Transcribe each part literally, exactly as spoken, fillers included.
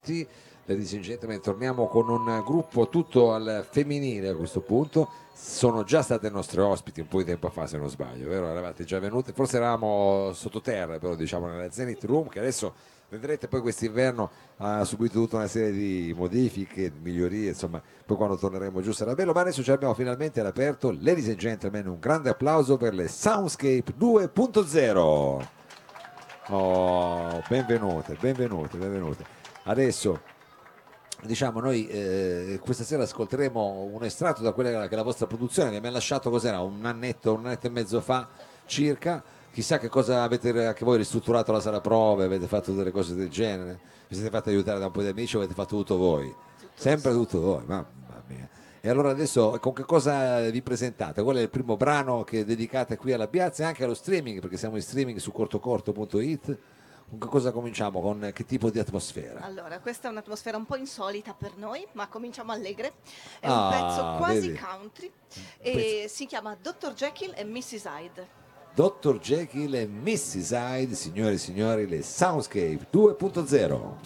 tutti. Ladies and gentlemen, torniamo con un gruppo tutto al femminile a questo punto. Sono già state nostre ospiti un po' di tempo fa, se non sbaglio, vero? Eravate già venute, forse eravamo sottoterra, però diciamo nella Zenith Room, che adesso vedrete poi quest'inverno ha subito tutta una serie di modifiche, migliorie, insomma, poi quando torneremo giù sarà bello, ma adesso ci abbiamo finalmente all'aperto. Ladies and gentlemen, un grande applauso per le Soundscape due punto zero. Oh, benvenute, benvenute, benvenute. Adesso diciamo noi eh, questa sera ascolteremo un estratto da quella che è la vostra produzione che mi ha lasciato cos'era un annetto, un annetto e mezzo fa circa. Chissà che cosa avete anche voi ristrutturato la sala prove, avete fatto delle cose del genere, vi siete fatti aiutare da un po' di amici o avete fatto tutto voi? Sempre tutto voi, mamma mia. E allora adesso con che cosa vi presentate? Qual è il primo brano che dedicate qui alla piazza e anche allo streaming, perché siamo in streaming su cortocorto punto it. Con che cosa cominciamo? Con che tipo di atmosfera? Allora, questa è un'atmosfera un po' insolita per noi, ma cominciamo allegre. È Ah, un pezzo quasi vedi? country Un pezzo- e si chiama doctor Jekyll e missus Hyde. doctor Jekyll e missus Hyde, signore e signori, le Soundscape due punto zero.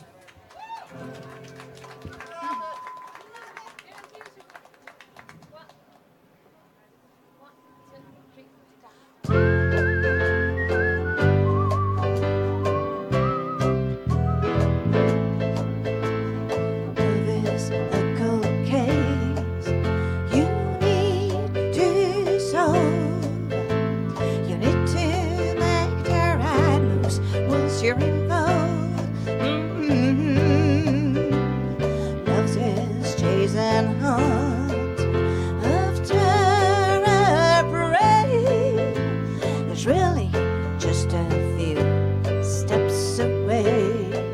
Love is a cold case you need to solve. You need to make the right moves once you're involved. Mm-hmm. Love is chasing hunt after a prey. It's really just a few steps away.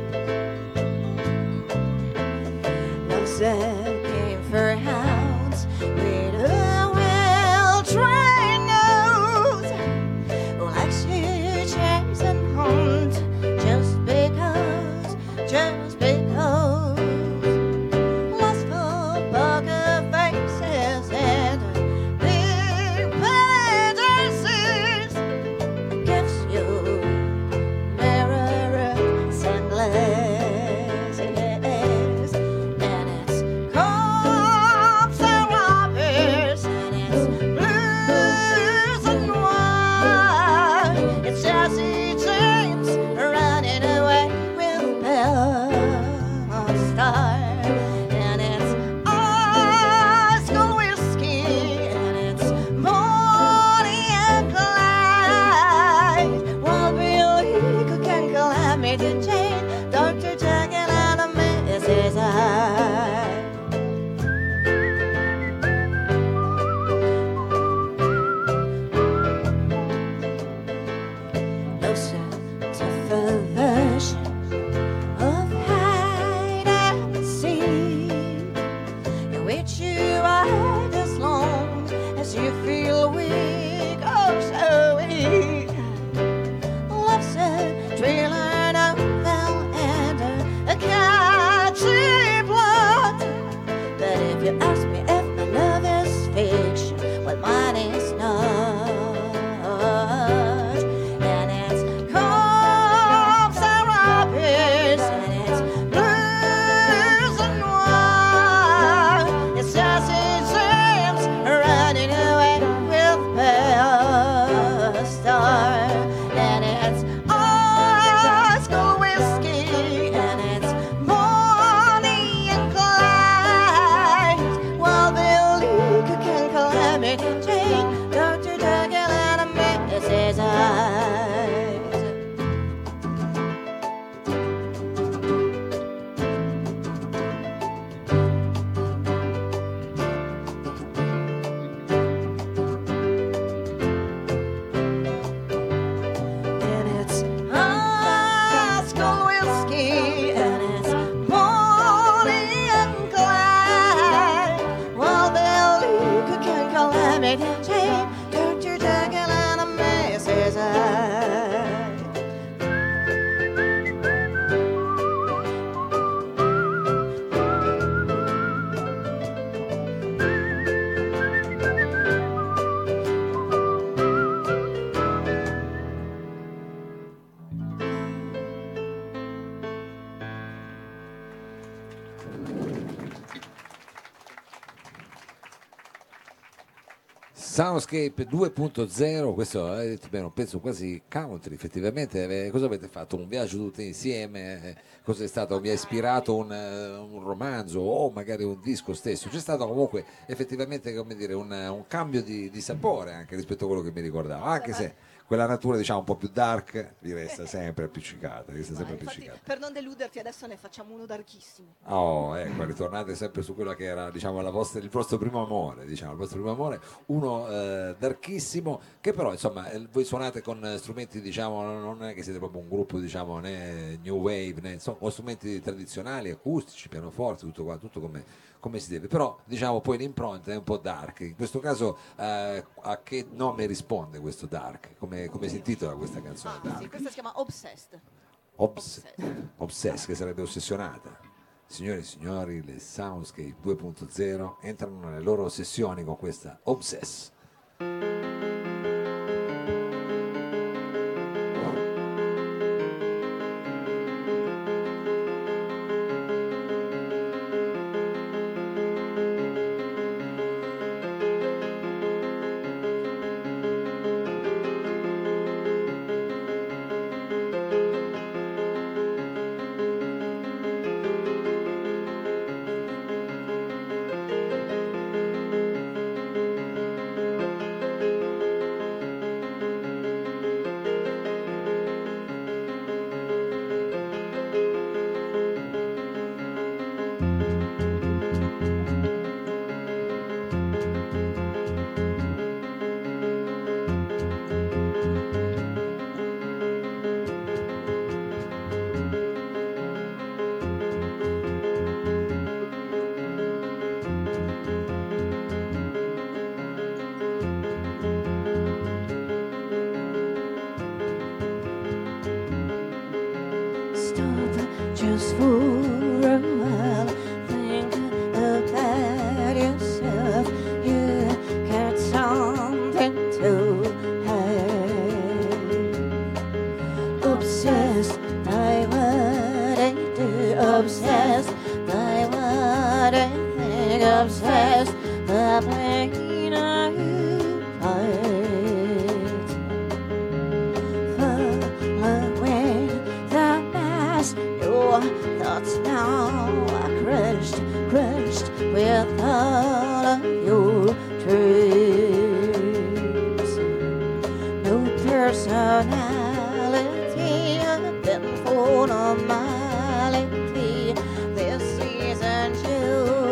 Love's a game for hounds with a well-trained nose who likes to chase and hunt just because, just because. Lustful poker faces and big fantasies gives you mirror sunglasses, and it's cops and robbers, and it's blues and white. It's Jesse James running away with Belle. Soundscape due punto zero, questo hai detto bene, un pezzo quasi country, effettivamente. Eh, cosa avete fatto? Un viaggio tutti insieme? Eh, cosa è stato? Vi ha ispirato un, eh, un romanzo o magari un disco stesso? C'è stato comunque effettivamente, come dire, un, un cambio di, di sapore anche rispetto a quello che mi ricordavo, anche se quella natura diciamo un po' più dark vi resta sempre appiccicata, resta Ma sempre infatti, appiccicata. per non deluderti adesso ne facciamo uno darchissimo. Oh, ecco, ritornate sempre su quello che era, diciamo, la vostra, il vostro primo amore, diciamo, il vostro primo amore, uno eh, darkissimo, che però, insomma, eh, voi suonate con strumenti, diciamo, non è che siete proprio un gruppo, diciamo, né new wave, né, insomma, con strumenti tradizionali, acustici, pianoforte, tutto qua, tutto come, come si deve, però, diciamo, poi l'impronta è un po' dark. In questo caso, eh, a che nome risponde questo dark? Come, come si intitola questa canzone, Ah, dark? sì, questa si chiama Obsessed. Obs- Obsessed. Obsessed, che sarebbe ossessionata. Signore e signori, le Soundscape due punto zero entrano nelle loro sessioni con questa Obsessed. Just for a while, think about yourself. You got something to hide. Obsessed by what I do, obsessed by what I think, obsessed by pain I fight. Following the mass, your thoughts now are crushed, crushed with all of your dreams. No personality, been for normality. This isn't you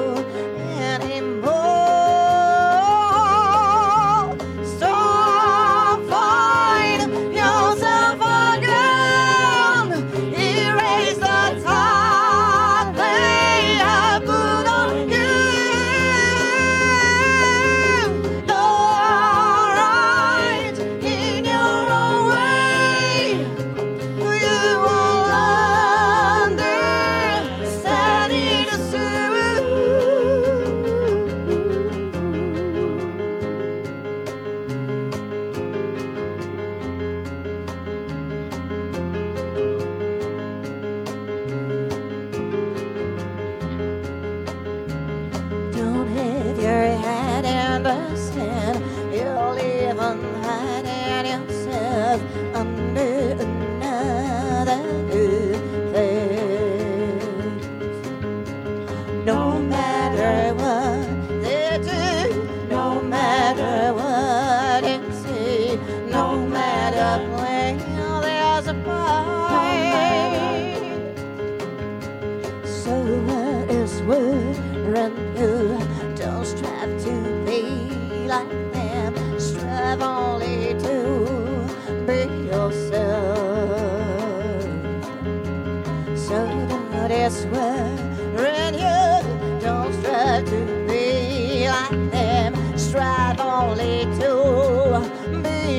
anymore. Stop fighting yourself again. Erase the time they have put on you. You're right in your own way. You will understand it soon. Don't hit your head in the sand. You'll even hide in yourself under another face. No matter what they do, no matter what they say, no matter when there's a fight. So what is worrying you? Don't strive to be like them. Strive only to be yourself. So what is worrying you? Don't strive to be like them. Strive only to be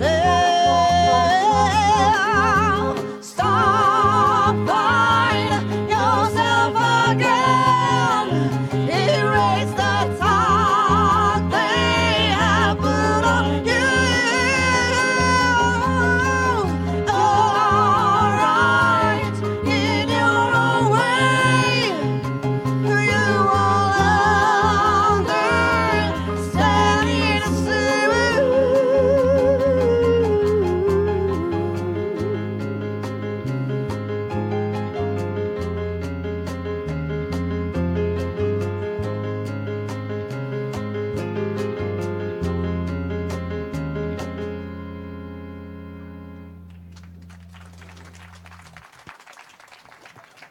yourself. Stop fighting yourself again. Erase the time they have put on you. All right in your own way.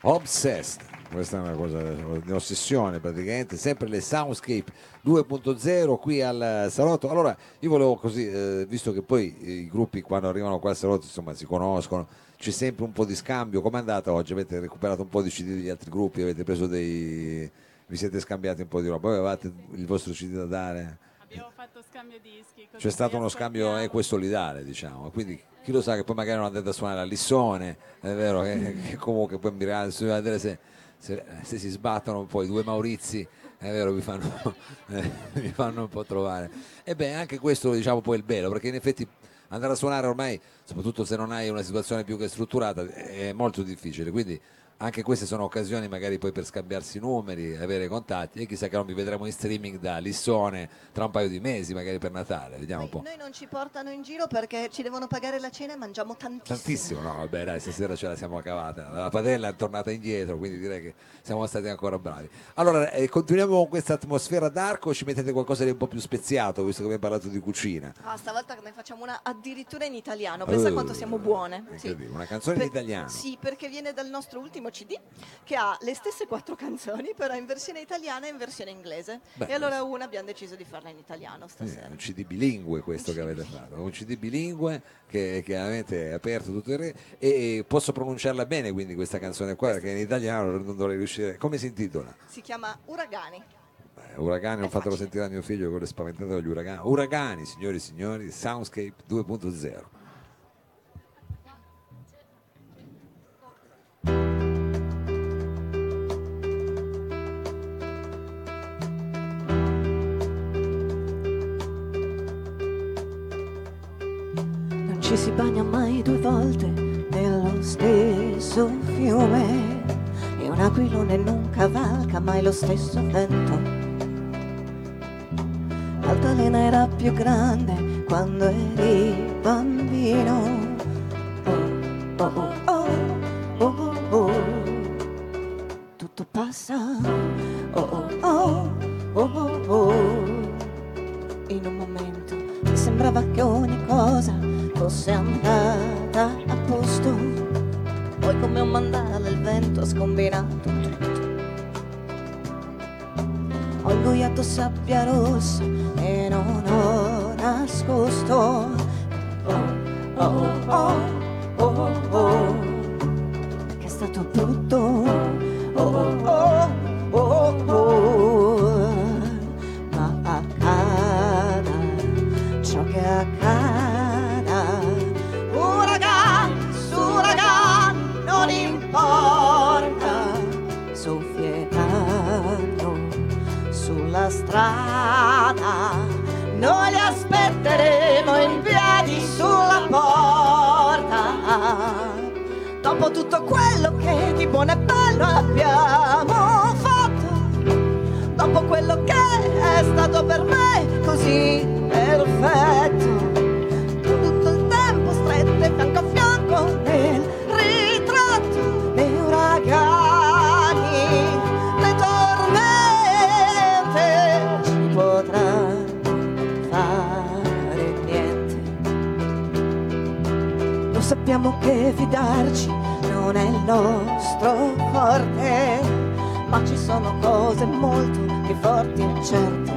Obsessed. Questa è una cosa di ossessione praticamente, sempre le Soundscape due punto zero qui al salotto. Allora io volevo così, eh, visto che poi i gruppi quando arrivano qua al salotto insomma si conoscono, c'è sempre un po' di scambio. Com'è andata oggi? Avete recuperato un po' di C D degli altri gruppi? Avete preso dei... vi siete scambiati un po' di roba? Poi avevate il vostro C D da dare? Abbiamo fatto scambio dischi. così C'è stato ci uno scambio ascoltiamo. equo e solidale, diciamo, quindi chi lo sa che poi magari non andate a suonare a Lissone, è vero che, che comunque poi mirare, bisogna vedere se, se, se si sbattono poi due Maurizi, è vero, vi fanno, eh, vi fanno un po' trovare. E beh, anche questo diciamo poi è il bello, perché in effetti andare a suonare ormai, soprattutto se non hai una situazione più che strutturata, è molto difficile, quindi anche queste sono occasioni magari poi per scambiarsi numeri, avere contatti, e chissà che non vi vedremo in streaming da Lissone tra un paio di mesi, magari per Natale, vediamo un Noi, po'. noi non ci portano in giro perché ci devono pagare la cena e mangiamo tantissimo. Tantissimo, no, vabbè dai, stasera ce la siamo cavata, la padella è tornata indietro, quindi direi che siamo stati ancora bravi. Allora, eh, continuiamo con questa atmosfera d'arco, o ci mettete qualcosa di un po' più speziato, visto che abbiamo parlato di cucina? Ah, stavolta ne facciamo una addirittura in italiano, pensa Uh, quanto siamo buone. Sì. incredibile, una canzone in Per- italiano. Sì, perché viene dal nostro ultimo C D che ha le stesse quattro canzoni, però in versione italiana e in versione inglese. Beh, e allora una abbiamo deciso di farla in italiano Sì, stasera. è un C D bilingue questo Un che C D avete bilingue. fatto, un C D bilingue che chiaramente è aperto tutto il re e, e posso pronunciarla bene quindi questa canzone qua perché in italiano non dovrei riuscire. Come si intitola? Si chiama Uragani. Beh, uragani, non È fatelo facile. sentire a mio figlio che quello è spaventato dagli uragani. Uragani, signori e signori, Soundscape due punto zero. Non ci si bagna mai due volte nello stesso fiume e un aquilone non cavalca mai lo stesso vento. L'altalena era più grande quando eri bambino. Oh, oh, oh, oh, oh, oh. Tutto passa. Oh, oh, oh, oh, oh, oh. In un momento mi sembrava che ogni cosa fosse andata a posto. Poi come un mandala il vento ha scombinato tutto. Ho ingoiato sabbia rossa e non ho nascosto. Oh, oh, oh, oh, oh, oh, che è stato brutto. Oh, oh, oh, oh, oh, ma accada ciò che accada. Uragani, su uragani, non importa, soffietando sulla strada, noi li aspetteremo in piedi sulla porta. Dopo tutto quello che di buono e bello abbiamo fatto, dopo quello che è stato per me così perfetto, tutto il tempo strette fianco a fianco nel ritratto, nei uragani, le tormente, ci potrà fare niente. Lo sappiamo che fidarci non è il nostro forte, ma ci sono cose molto più forti e incerte,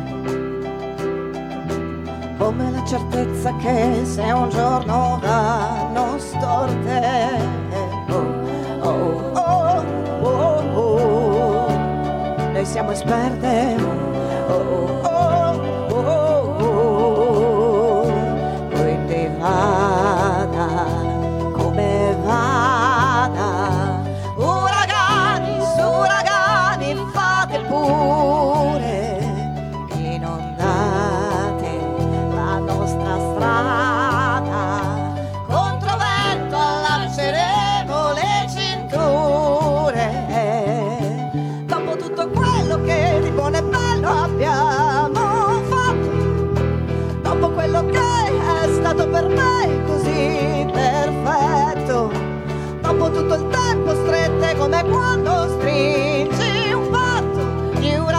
come la certezza che se un giorno vanno storte. Oh, oh, oh, oh, oh. Noi siamo esperte. Oh, oh, oh, oh, oh. Quindi vada come vada, uragani su uragani fate pure, inondate la nostra strada, contro vento allacceremo le cinture. Dopo tutto quello che di buono e bello abbiamo fatto, dopo quello che è stato per me così perfetto, dopo tutto il tempo strette come quando stringi un patto di un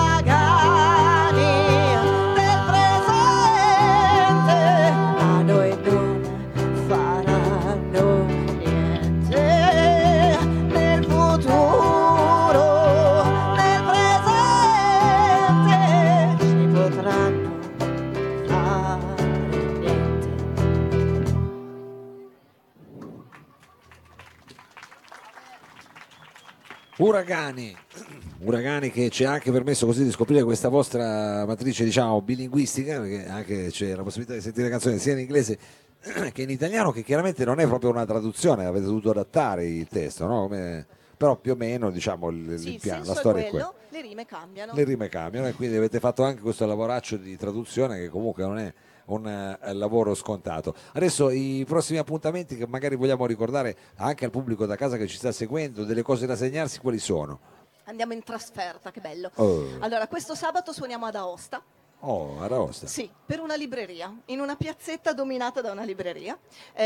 Uragani, Uragani che ci ha anche permesso così di scoprire questa vostra matrice, diciamo, bilinguistica, perché anche c'è la possibilità di sentire canzoni sia in inglese che in italiano, che chiaramente non è proprio una traduzione, avete dovuto adattare il testo, no? Come... però più o meno, diciamo, il, Sì, il piano, il la senso storia è è quello, quella. le rime cambiano. Le rime cambiano e quindi avete fatto anche questo lavoraccio di traduzione che comunque non è un eh, lavoro scontato. Adesso i prossimi appuntamenti che magari vogliamo ricordare anche al pubblico da casa che ci sta seguendo, delle cose da segnarsi, quali sono? Andiamo in trasferta, che bello. Oh, Allora, questo sabato suoniamo ad Aosta. oh a Raosta. Sì, per una libreria, in una piazzetta dominata da una libreria.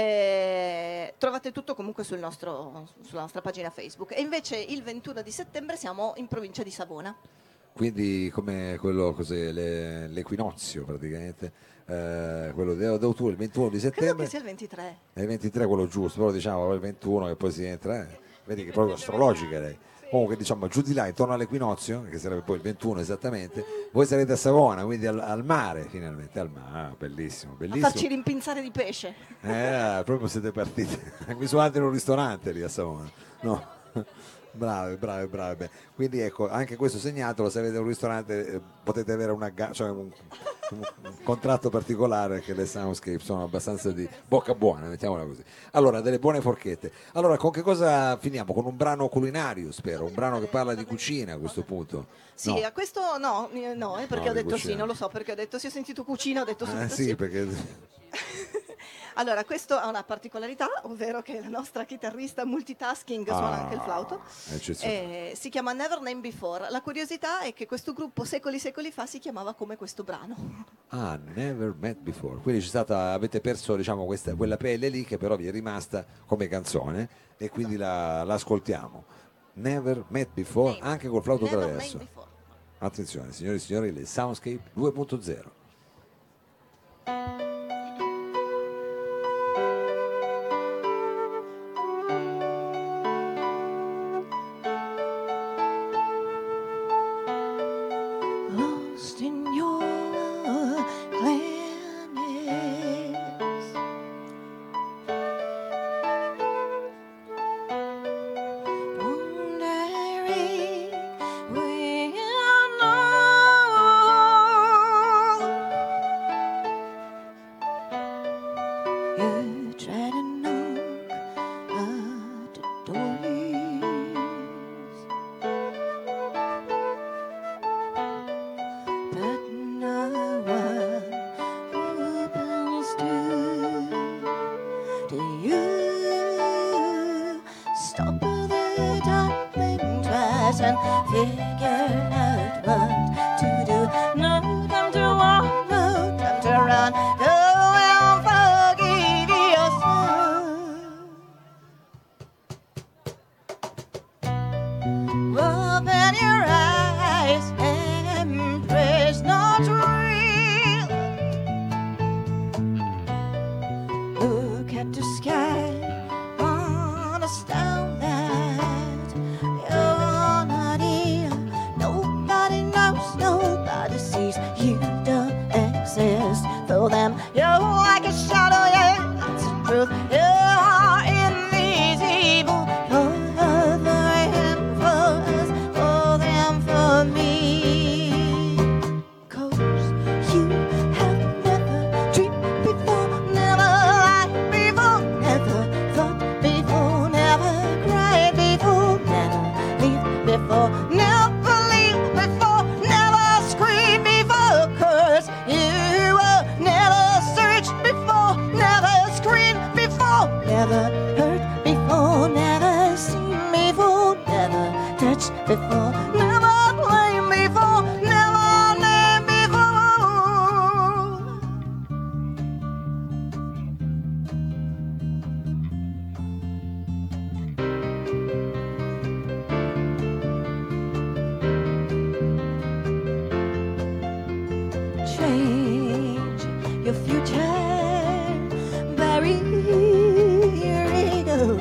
Eh, trovate tutto comunque sul nostro, sulla nostra pagina Facebook. E invece il ventuno di settembre siamo in provincia di Savona. Quindi come quello, cos'è, le- l'equinozio praticamente, eh, quello di di il ventuno di Credo settembre, che sia il ventitré. è il ventitré quello giusto, però diciamo il ventuno che poi si entra, eh. Vedi che è proprio astrologica lei. Comunque diciamo giù di là, intorno all'equinozio, che sarebbe poi il ventuno esattamente, voi sarete a Savona, quindi al, al mare finalmente, al mare, ah, bellissimo, A bellissimo. farci rimpinzare di pesce. Eh, proprio siete partiti. Mi sono andati in un ristorante lì a Savona. No. Brave, brave, brave. Quindi ecco, anche questo segnatelo, se avete un ristorante eh, potete avere una ga- cioè un, un- un contratto particolare, che le Soundscape sono abbastanza di bocca buona, mettiamola così. Allora, delle buone forchette. Allora, con che cosa finiamo? Con un brano culinario, spero, un brano che parla di cucina a questo punto. Sì, No. a questo no, eh, no, eh, perché No, ho di detto cucina. sì, non lo so perché ho detto sì, ho sentito cucina, ho detto subito Eh sì. sì, perché Allora, questo ha una particolarità, ovvero che la nostra chitarrista multitasking suona Ah, anche il flauto. eccezionale. Eh, si chiama Never Name Before. La curiosità è che questo gruppo secoli secoli fa si chiamava come questo brano. Ah, never met before. Quindi c'è stata, avete perso, diciamo, questa, quella pelle lì che però vi è rimasta come canzone e quindi la, la ascoltiamo. Never met before, Name. anche col flauto Never traverso. Name Before. Attenzione, signori e signori, le Soundscape due punto zero. Lost in your gladness, wondering when I know you try to knock at the doors, but no one opens to to you. Stop the darling tries and figure out what to do. No time to walk, no time to run. Go and forget yourself. Open your eyes and praise not real. Look at the sky, understand that you're not here. Nobody knows, nobody sees. You don't exist for them. You're like a shadow, yeah, that's the truth. You're invisible for them, for us, for them, for me. 'Cause you have never dreamed before, never lied before, never thought before, never cried before, never lived before, never lived before, never screamed before. 'Cause you were never searched before, never screamed before, never heard before, never seen before, never touched before, never played before, never named before. Change your future, bury your ego,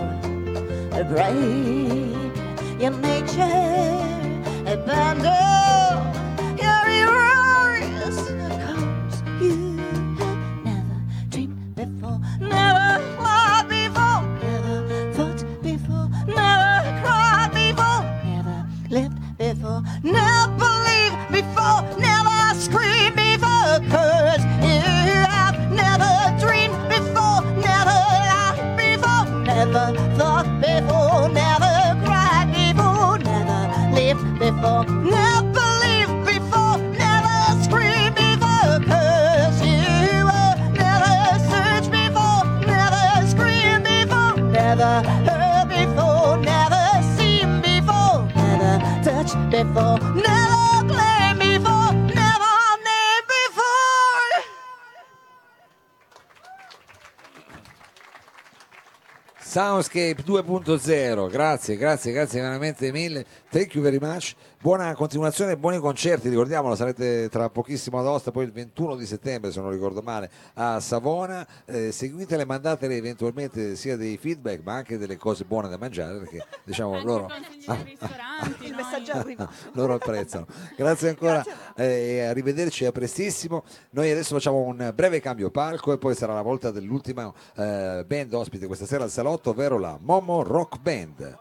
break your nature, abandon your errors. 'Cause you have never dreamed before, never loved before, never thought before, never cried before, never never believed before, never screamed before, 'cause you have never dreamed before, never laughed before, never thought before, never cried before, never lived before, never believed before, never screamed before, 'cause you were never searched before, never screamed before, never heard before, never seen before, never touched before, never played before, never named before. Soundscape due punto zero, grazie, grazie, grazie veramente mille, thank you very much, buona continuazione, buoni concerti, ricordiamolo, sarete tra pochissimo ad Aosta, poi il ventuno di settembre se non ricordo male a Savona, eh, seguitele, mandatele eventualmente sia dei feedback ma anche delle cose buone da mangiare perché diciamo Anche loro, consigli dei ristoranti, Il noi- messaggio è arrivato. loro apprezzano. Grazie ancora eh, e arrivederci a prestissimo. Noi adesso facciamo un breve cambio palco e poi sarà la volta dell'ultima eh, band ospite questa sera al salotto, ovvero la Momo Rock Band.